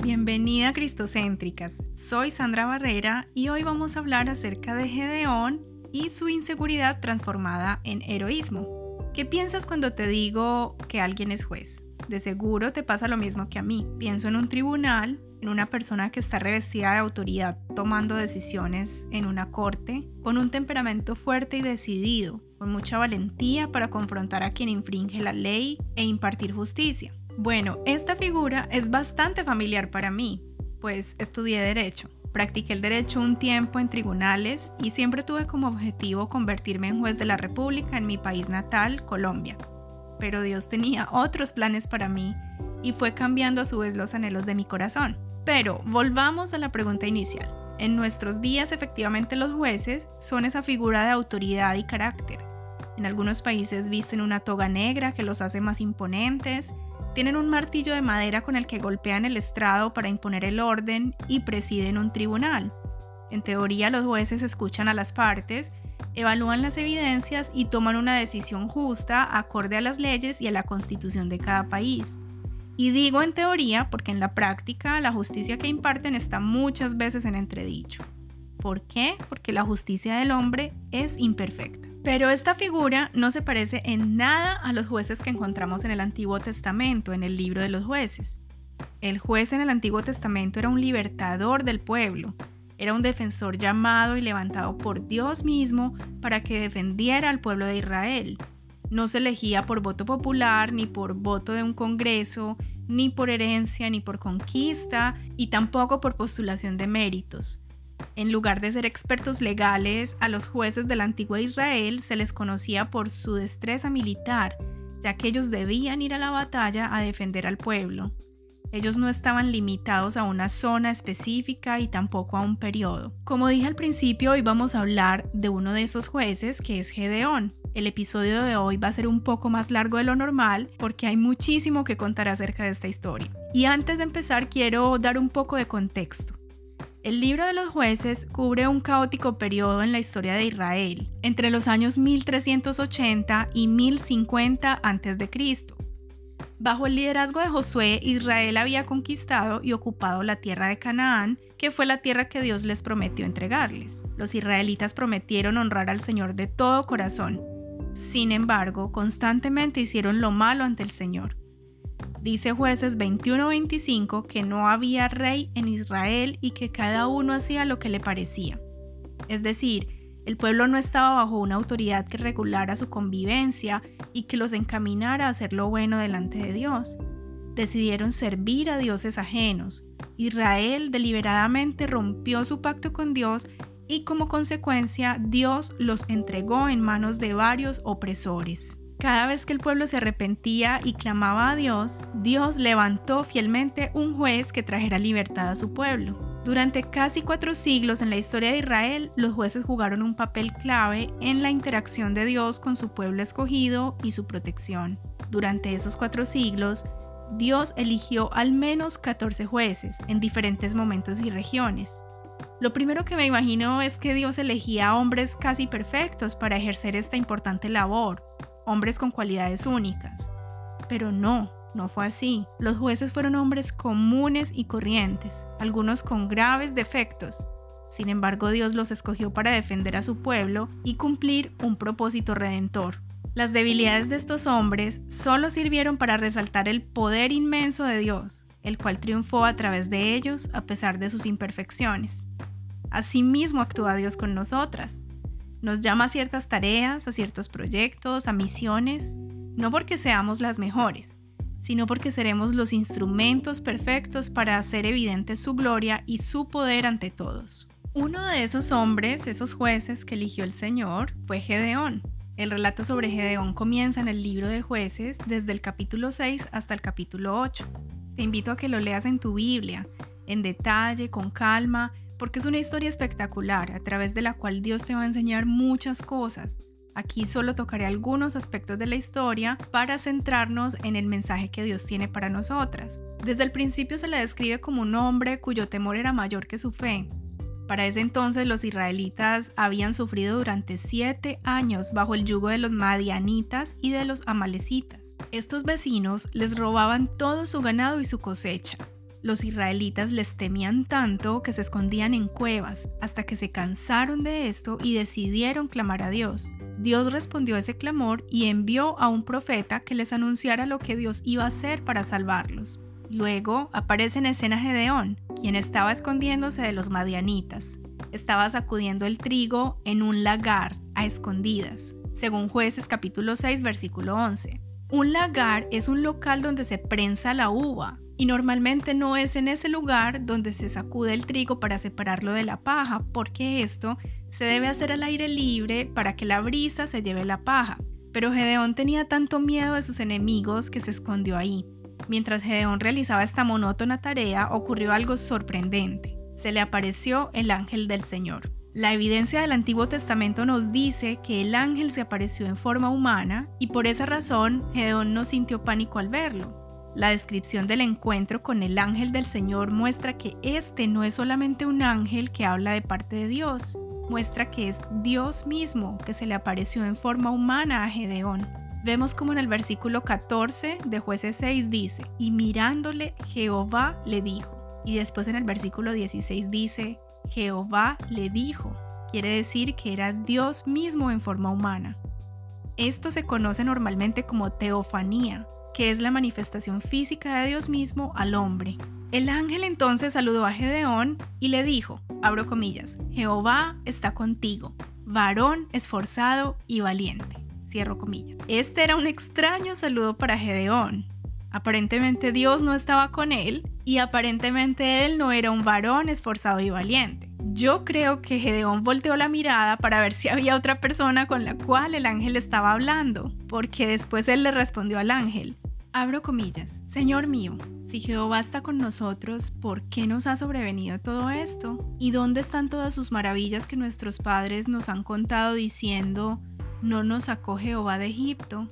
Bienvenida a Cristocéntricas, soy Sandra Barrera y hoy vamos a hablar acerca de Gedeón y su inseguridad transformada en heroísmo. ¿Qué piensas cuando te digo que alguien es juez? De seguro te pasa lo mismo que a mí. Pienso en un tribunal, en una persona que está revestida de autoridad tomando decisiones en una corte, con un temperamento fuerte y decidido, con mucha valentía para confrontar a quien infringe la ley e impartir justicia. Bueno, esta figura es bastante familiar para mí, pues estudié Derecho. Practiqué el derecho un tiempo en tribunales y siempre tuve como objetivo convertirme en juez de la República en mi país natal, Colombia. Pero Dios tenía otros planes para mí y fue cambiando a su vez los anhelos de mi corazón. Pero volvamos a la pregunta inicial. En nuestros días, efectivamente, los jueces son esa figura de autoridad y carácter. En algunos países visten una toga negra que los hace más imponentes. Tienen un martillo de madera con el que golpean el estrado para imponer el orden y presiden un tribunal. En teoría, los jueces escuchan a las partes, evalúan las evidencias y toman una decisión justa acorde a las leyes y a la constitución de cada país. Y digo en teoría porque en la práctica la justicia que imparten está muchas veces en entredicho. ¿Por qué? Porque la justicia del hombre es imperfecta. Pero esta figura no se parece en nada a los jueces que encontramos en el Antiguo Testamento, en el libro de los jueces. El juez en el Antiguo Testamento era un libertador del pueblo, era un defensor llamado y levantado por Dios mismo para que defendiera al pueblo de Israel. No se elegía por voto popular, ni por voto de un congreso, ni por herencia, ni por conquista, y tampoco por postulación de méritos. En lugar de ser expertos legales, a los jueces del antiguo Israel se les conocía por su destreza militar, ya que ellos debían ir a la batalla a defender al pueblo. Ellos no estaban limitados a una zona específica y tampoco a un periodo. Como dije al principio, hoy vamos a hablar de uno de esos jueces, que es Gedeón. El episodio de hoy va a ser un poco más largo de lo normal porque hay muchísimo que contar acerca de esta historia. Y antes de empezar, quiero dar un poco de contexto. El libro de los jueces cubre un caótico periodo en la historia de Israel, entre los años 1380 y 1050 a.C. Bajo el liderazgo de Josué, Israel había conquistado y ocupado la tierra de Canaán, que fue la tierra que Dios les prometió entregarles. Los israelitas prometieron honrar al Señor de todo corazón. Sin embargo, constantemente hicieron lo malo ante el Señor. Dice Jueces 21:25 que no había rey en Israel y que cada uno hacía lo que le parecía. Es decir, el pueblo no estaba bajo una autoridad que regulara su convivencia y que los encaminara a hacer lo bueno delante de Dios. Decidieron servir a dioses ajenos. Israel deliberadamente rompió su pacto con Dios y como consecuencia Dios los entregó en manos de varios opresores. Cada vez que el pueblo se arrepentía y clamaba a Dios, Dios levantó fielmente un juez que trajera libertad a su pueblo. Durante casi 4 siglos en la historia de Israel, los jueces jugaron un papel clave en la interacción de Dios con su pueblo escogido y su protección. Durante esos 4 siglos, Dios eligió al menos 14 jueces en diferentes momentos y regiones. Lo primero que me imagino es que Dios elegía a hombres casi perfectos para ejercer esta importante labor, hombres con cualidades únicas. Pero no fue así. Los jueces fueron hombres comunes y corrientes, algunos con graves defectos. Sin embargo, Dios los escogió para defender a su pueblo y cumplir un propósito redentor. Las debilidades de estos hombres solo sirvieron para resaltar el poder inmenso de Dios, el cual triunfó a través de ellos a pesar de sus imperfecciones. Asimismo actúa Dios con nosotras. Nos llama a ciertas tareas, a ciertos proyectos, a misiones, no porque seamos las mejores, sino porque seremos los instrumentos perfectos para hacer evidente su gloria y su poder ante todos. Uno de esos hombres, esos jueces que eligió el Señor, fue Gedeón. El relato sobre Gedeón comienza en el libro de Jueces desde el capítulo 6 hasta el capítulo 8. Te invito a que lo leas en tu Biblia, en detalle, con calma, porque es una historia espectacular a través de la cual Dios te va a enseñar muchas cosas. Aquí solo tocaré algunos aspectos de la historia para centrarnos en el mensaje que Dios tiene para nosotras. Desde el principio se le describe como un hombre cuyo temor era mayor que su fe. Para ese entonces los israelitas habían sufrido durante 7 años bajo el yugo de los madianitas y de los amalecitas. Estos vecinos les robaban todo su ganado y su cosecha. Los israelitas les temían tanto que se escondían en cuevas, hasta que se cansaron de esto y decidieron clamar a Dios. Dios respondió a ese clamor y envió a un profeta que les anunciara lo que Dios iba a hacer para salvarlos. Luego aparece en escena Gedeón, quien estaba escondiéndose de los madianitas. Estaba sacudiendo el trigo en un lagar a escondidas, según Jueces capítulo 6, versículo 11. Un lagar es un local donde se prensa la uva, y normalmente no es en ese lugar donde se sacude el trigo para separarlo de la paja, porque esto se debe hacer al aire libre para que la brisa se lleve la paja. Pero Gedeón tenía tanto miedo de sus enemigos que se escondió ahí. Mientras Gedeón realizaba esta monótona tarea, ocurrió algo sorprendente. Se le apareció el ángel del Señor. La evidencia del Antiguo Testamento nos dice que el ángel se apareció en forma humana y por esa razón Gedeón no sintió pánico al verlo. La descripción del encuentro con el ángel del Señor muestra que este no es solamente un ángel que habla de parte de Dios, muestra que es Dios mismo que se le apareció en forma humana a Gedeón. Vemos como en el versículo 14 de Jueces 6 dice, y mirándole Jehová le dijo. Y después en el versículo 16 dice, Jehová le dijo. Quiere decir que era Dios mismo en forma humana. Esto se conoce normalmente como teofanía, que es la manifestación física de Dios mismo al hombre. El ángel entonces saludó a Gedeón y le dijo, abro comillas, Jehová está contigo, varón esforzado y valiente, cierro comillas. Este era un extraño saludo para Gedeón. Aparentemente Dios no estaba con él y aparentemente él no era un varón esforzado y valiente. Yo creo que Gedeón volteó la mirada para ver si había otra persona con la cual el ángel estaba hablando, porque después él le respondió al ángel, abro comillas, Señor mío, si Jehová está con nosotros, ¿por qué nos ha sobrevenido todo esto? ¿Y dónde están todas sus maravillas que nuestros padres nos han contado diciendo, no nos sacó Jehová de Egipto?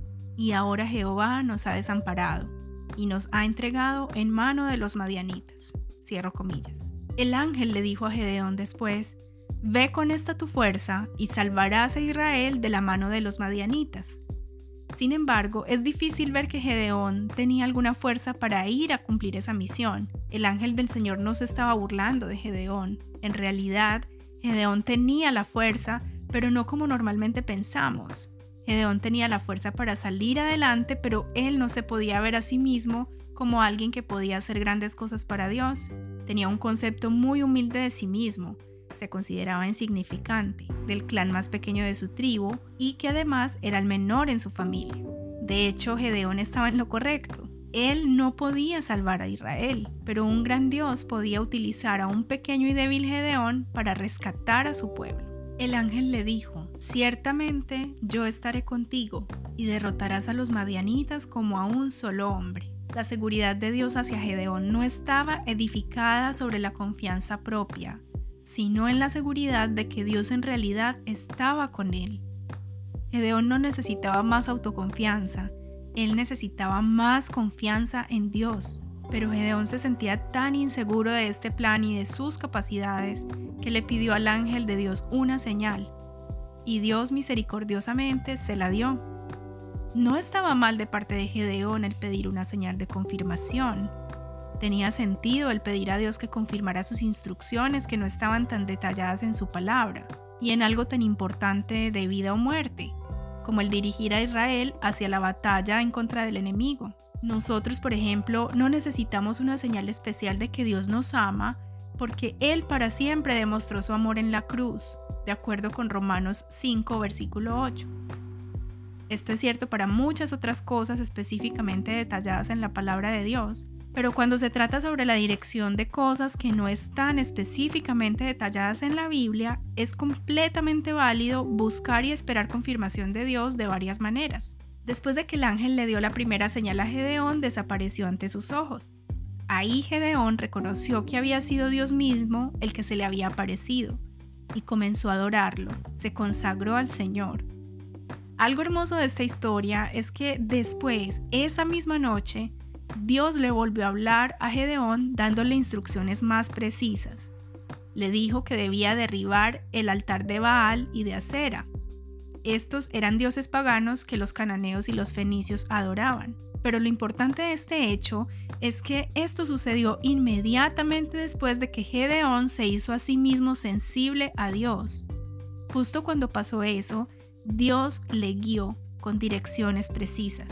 Y ahora Jehová nos ha desamparado y nos ha entregado en mano de los madianitas. Cierro comillas. El ángel le dijo a Gedeón después, ve con esta tu fuerza y salvarás a Israel de la mano de los madianitas. Sin embargo, es difícil ver que Gedeón tenía alguna fuerza para ir a cumplir esa misión. El ángel del Señor no se estaba burlando de Gedeón. En realidad, Gedeón tenía la fuerza, pero no como normalmente pensamos. Gedeón tenía la fuerza para salir adelante, pero él no se podía ver a sí mismo como alguien que podía hacer grandes cosas para Dios. Tenía un concepto muy humilde de sí mismo. Se consideraba insignificante, del clan más pequeño de su tribu y que además era el menor en su familia. De hecho, Gedeón estaba en lo correcto. Él no podía salvar a Israel, pero un gran Dios podía utilizar a un pequeño y débil Gedeón para rescatar a su pueblo. El ángel le dijo, ciertamente yo estaré contigo y derrotarás a los madianitas como a un solo hombre. La seguridad de Dios hacia Gedeón no estaba edificada sobre la confianza propia, sino en la seguridad de que Dios en realidad estaba con él. Gedeón no necesitaba más autoconfianza, él necesitaba más confianza en Dios. Pero Gedeón se sentía tan inseguro de este plan y de sus capacidades que le pidió al ángel de Dios una señal, y Dios misericordiosamente se la dio. No estaba mal de parte de Gedeón el pedir una señal de confirmación. Tenía sentido el pedir a Dios que confirmara sus instrucciones que no estaban tan detalladas en su palabra, y en algo tan importante de vida o muerte, como el dirigir a Israel hacia la batalla en contra del enemigo. Nosotros, por ejemplo, no necesitamos una señal especial de que Dios nos ama, porque Él para siempre demostró su amor en la cruz, de acuerdo con Romanos 5, versículo 8. Esto es cierto para muchas otras cosas específicamente detalladas en la palabra de Dios, pero cuando se trata sobre la dirección de cosas que no están específicamente detalladas en la Biblia, es completamente válido buscar y esperar confirmación de Dios de varias maneras. Después de que el ángel le dio la primera señal a Gedeón, desapareció ante sus ojos. Ahí Gedeón reconoció que había sido Dios mismo el que se le había aparecido y comenzó a adorarlo, se consagró al Señor. Algo hermoso de esta historia es que después, esa misma noche, Dios le volvió a hablar a Gedeón dándole instrucciones más precisas. Le dijo que debía derribar el altar de Baal y de Acera. estos eran dioses paganos que los cananeos y los fenicios adoraban. Pero lo importante de este hecho es que esto sucedió inmediatamente después de que Gedeón se hizo a sí mismo sensible a Dios. Justo cuando pasó eso, Dios le guió con direcciones precisas.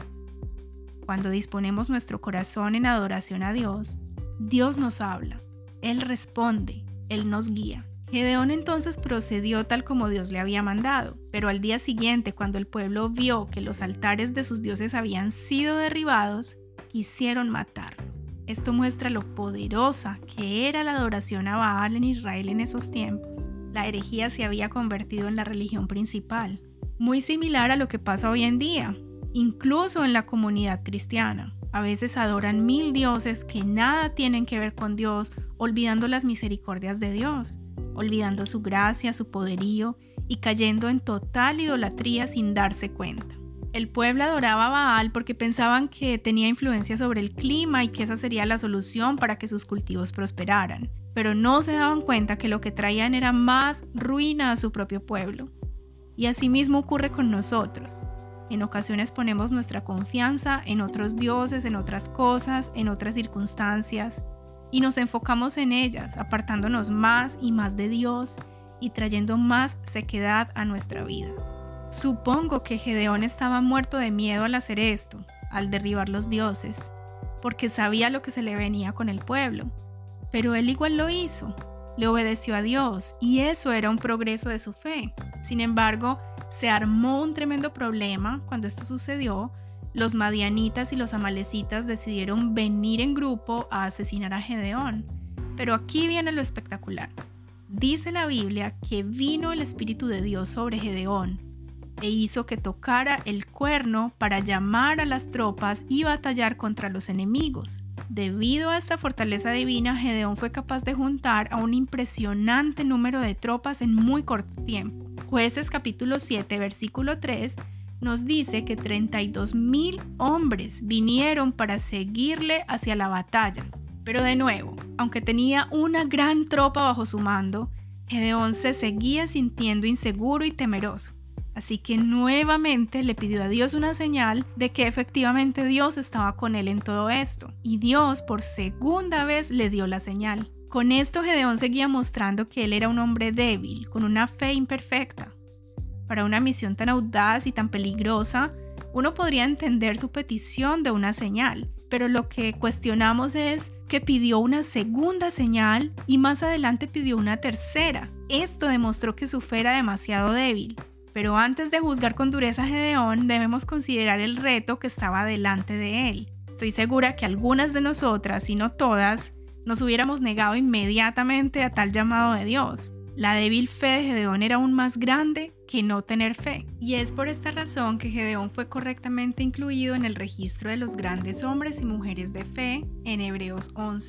Cuando disponemos nuestro corazón en adoración a Dios, Dios nos habla, Él responde, Él nos guía. Gedeón entonces procedió tal como Dios le había mandado, pero al día siguiente, cuando el pueblo vio que los altares de sus dioses habían sido derribados, quisieron matarlo. Esto muestra lo poderosa que era la adoración a Baal en Israel en esos tiempos. La herejía se había convertido en la religión principal, muy similar a lo que pasa hoy en día, incluso en la comunidad cristiana. A veces adoran 1000 dioses que nada tienen que ver con Dios, olvidando las misericordias de Dios, olvidando su gracia, su poderío y cayendo en total idolatría sin darse cuenta. El pueblo adoraba a Baal porque pensaban que tenía influencia sobre el clima y que esa sería la solución para que sus cultivos prosperaran, pero no se daban cuenta que lo que traían era más ruina a su propio pueblo. Y asimismo ocurre con nosotros. En ocasiones ponemos nuestra confianza en otros dioses, en otras cosas, en otras circunstancias, y nos enfocamos en ellas, apartándonos más y más de Dios y trayendo más sequedad a nuestra vida. Supongo que Gedeón estaba muerto de miedo al hacer esto, al derribar los dioses, porque sabía lo que se le venía con el pueblo. Pero él igual lo hizo, le obedeció a Dios y eso era un progreso de su fe. Sin embargo, se armó un tremendo problema cuando esto sucedió. Los madianitas y los amalecitas decidieron venir en grupo a asesinar a Gedeón. Pero aquí viene lo espectacular. Dice la Biblia que vino el Espíritu de Dios sobre Gedeón e hizo que tocara el cuerno para llamar a las tropas y batallar contra los enemigos. Debido a esta fortaleza divina, Gedeón fue capaz de juntar a un impresionante número de tropas en muy corto tiempo. Jueces capítulo 7, versículo 3 nos dice que 32,000 hombres vinieron para seguirle hacia la batalla. Pero de nuevo, aunque tenía una gran tropa bajo su mando, Gedeón se seguía sintiendo inseguro y temeroso. Así que nuevamente le pidió a Dios una señal de que efectivamente Dios estaba con él en todo esto. Y Dios por segunda vez le dio la señal. Con esto Gedeón seguía mostrando que él era un hombre débil, con una fe imperfecta. Para una misión tan audaz y tan peligrosa, uno podría entender su petición de una señal, pero lo que cuestionamos es que pidió una segunda señal y más adelante pidió una tercera. Esto demostró que su fe era demasiado débil. Pero antes de juzgar con dureza a Gedeón, debemos considerar el reto que estaba delante de él. Estoy segura que algunas de nosotras, y no todas, nos hubiéramos negado inmediatamente a tal llamado de Dios. La débil fe de Gedeón era aún más grande que no tener fe. Y es por esta razón que Gedeón fue correctamente incluido en el registro de los grandes hombres y mujeres de fe en Hebreos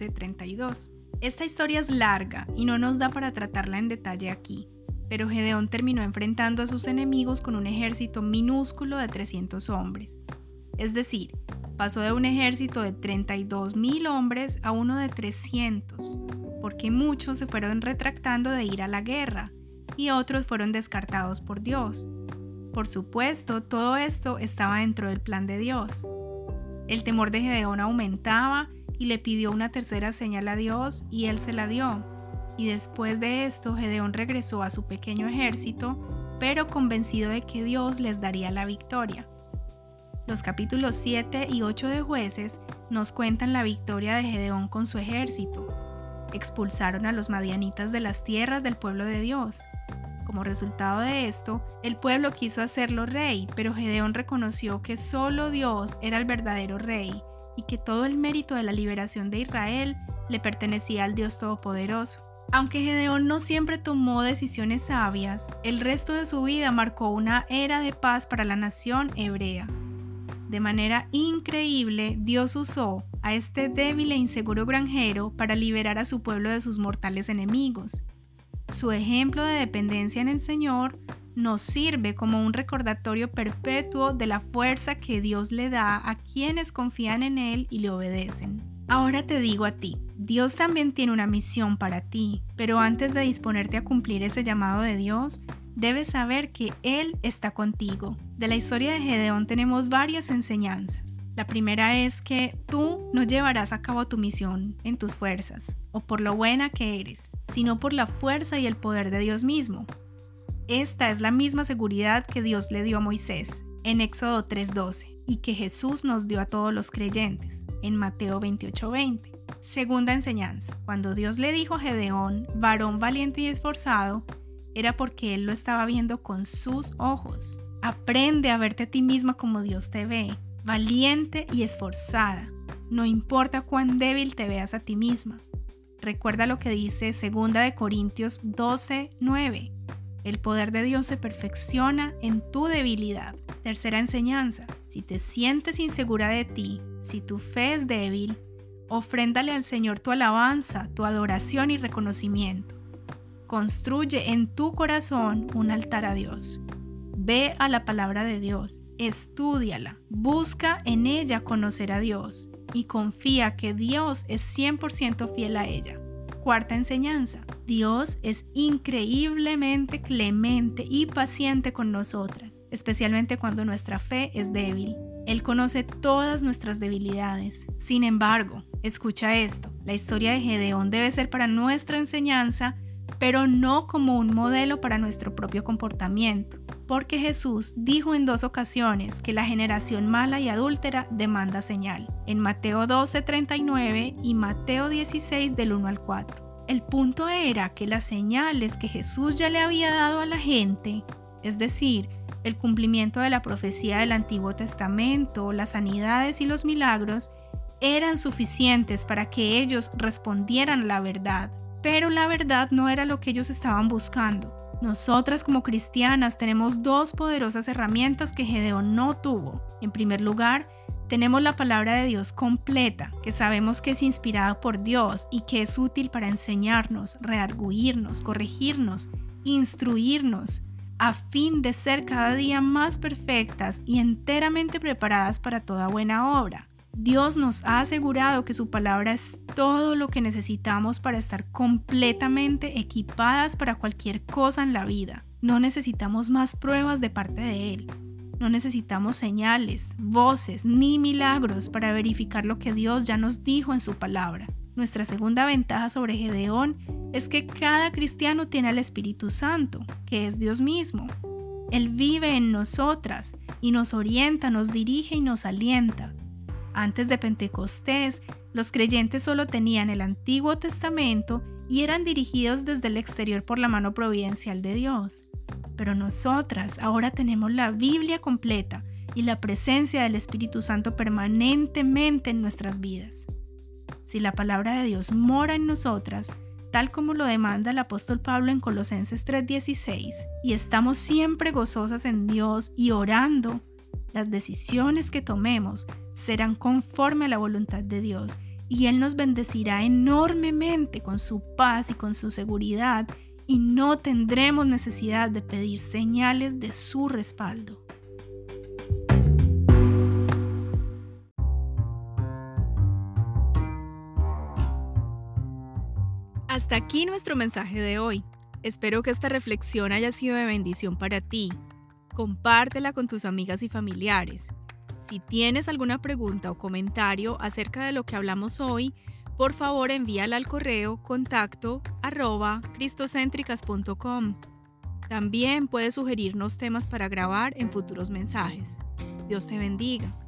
11:32. Esta historia es larga y no nos da para tratarla en detalle aquí. Pero Gedeón terminó enfrentando a sus enemigos con un ejército minúsculo de 300 hombres. Es decir, pasó de un ejército de 32,000 hombres a uno de 300, porque muchos se fueron retractando de ir a la guerra y otros fueron descartados por Dios. Por supuesto, todo esto estaba dentro del plan de Dios. El temor de Gedeón aumentaba y le pidió una tercera señal a Dios y él se la dio. Y después de esto, Gedeón regresó a su pequeño ejército, pero convencido de que Dios les daría la victoria. Los capítulos 7 y 8 de Jueces nos cuentan la victoria de Gedeón con su ejército. Expulsaron a los madianitas de las tierras del pueblo de Dios. Como resultado de esto, el pueblo quiso hacerlo rey, pero Gedeón reconoció que solo Dios era el verdadero rey y que todo el mérito de la liberación de Israel le pertenecía al Dios Todopoderoso. Aunque Gedeón no siempre tomó decisiones sabias, el resto de su vida marcó una era de paz para la nación hebrea. De manera increíble, Dios usó a este débil e inseguro granjero para liberar a su pueblo de sus mortales enemigos. Su ejemplo de dependencia en el Señor nos sirve como un recordatorio perpetuo de la fuerza que Dios le da a quienes confían en Él y le obedecen. Ahora te digo a ti, Dios también tiene una misión para ti, pero antes de disponerte a cumplir ese llamado de Dios, debes saber que Él está contigo. De la historia de Gedeón tenemos varias enseñanzas. La primera es que tú no llevarás a cabo tu misión en tus fuerzas o por lo buena que eres, sino por la fuerza y el poder de Dios mismo. Esta es la misma seguridad que Dios le dio a Moisés en Éxodo 3:12 y que Jesús nos dio a todos los creyentes en Mateo 28:20. Segunda enseñanza, cuando Dios le dijo a Gedeón, varón valiente y esforzado, era porque Él lo estaba viendo con sus ojos. Aprende a verte a ti misma como Dios te ve, valiente y esforzada. No importa cuán débil te veas a ti misma. Recuerda lo que dice 2 Corintios 12:9. El poder de Dios se perfecciona en tu debilidad. Tercera enseñanza, si te sientes insegura de ti, si tu fe es débil, ofréndale al Señor tu alabanza, tu adoración y reconocimiento. Construye en tu corazón un altar a Dios. Ve a la palabra de Dios, estúdiala, busca en ella conocer a Dios y confía que Dios es 100% fiel a ella. Cuarta enseñanza, Dios es increíblemente clemente y paciente con nosotras, especialmente cuando nuestra fe es débil. Él conoce todas nuestras debilidades. Sin embargo, escucha esto, la historia de Gedeón debe ser para nuestra enseñanza, pero no como un modelo para nuestro propio comportamiento, porque Jesús dijo en 2 ocasiones que la generación mala y adúltera demanda señal, en Mateo 12:39 y Mateo 16 del 1 al 4. El punto era que las señales que Jesús ya le había dado a la gente, es decir, el cumplimiento de la profecía del Antiguo Testamento, las sanidades y los milagros, eran suficientes para que ellos respondieran a la verdad. Pero la verdad no era lo que ellos estaban buscando. Nosotras como cristianas tenemos dos poderosas herramientas que Gedeón no tuvo. En primer lugar, tenemos la palabra de Dios completa, que sabemos que es inspirada por Dios y que es útil para enseñarnos, redarguirnos, corregirnos, instruirnos, a fin de ser cada día más perfectas y enteramente preparadas para toda buena obra. Dios nos ha asegurado que su palabra es todo lo que necesitamos para estar completamente equipadas para cualquier cosa en la vida. No necesitamos más pruebas de parte de Él. No necesitamos señales, voces ni milagros para verificar lo que Dios ya nos dijo en su palabra. Nuestra segunda ventaja sobre Gedeón es que cada cristiano tiene al Espíritu Santo, que es Dios mismo. Él vive en nosotras y nos orienta, nos dirige y nos alienta. Antes de Pentecostés, los creyentes solo tenían el Antiguo Testamento y eran dirigidos desde el exterior por la mano providencial de Dios. Pero nosotras ahora tenemos la Biblia completa y la presencia del Espíritu Santo permanentemente en nuestras vidas. Si la palabra de Dios mora en nosotras, tal como lo demanda el apóstol Pablo en Colosenses 3:16, y estamos siempre gozosas en Dios y orando, las decisiones que tomemos serán conforme a la voluntad de Dios y Él nos bendecirá enormemente con su paz y con su seguridad y no tendremos necesidad de pedir señales de su respaldo. Hasta aquí nuestro mensaje de hoy. Espero que esta reflexión haya sido de bendición para ti. Compártela con tus amigas y familiares. Si tienes alguna pregunta o comentario acerca de lo que hablamos hoy, por favor envíala al correo contacto@cristocentricas.com. También puedes sugerirnos temas para grabar en futuros mensajes. Dios te bendiga.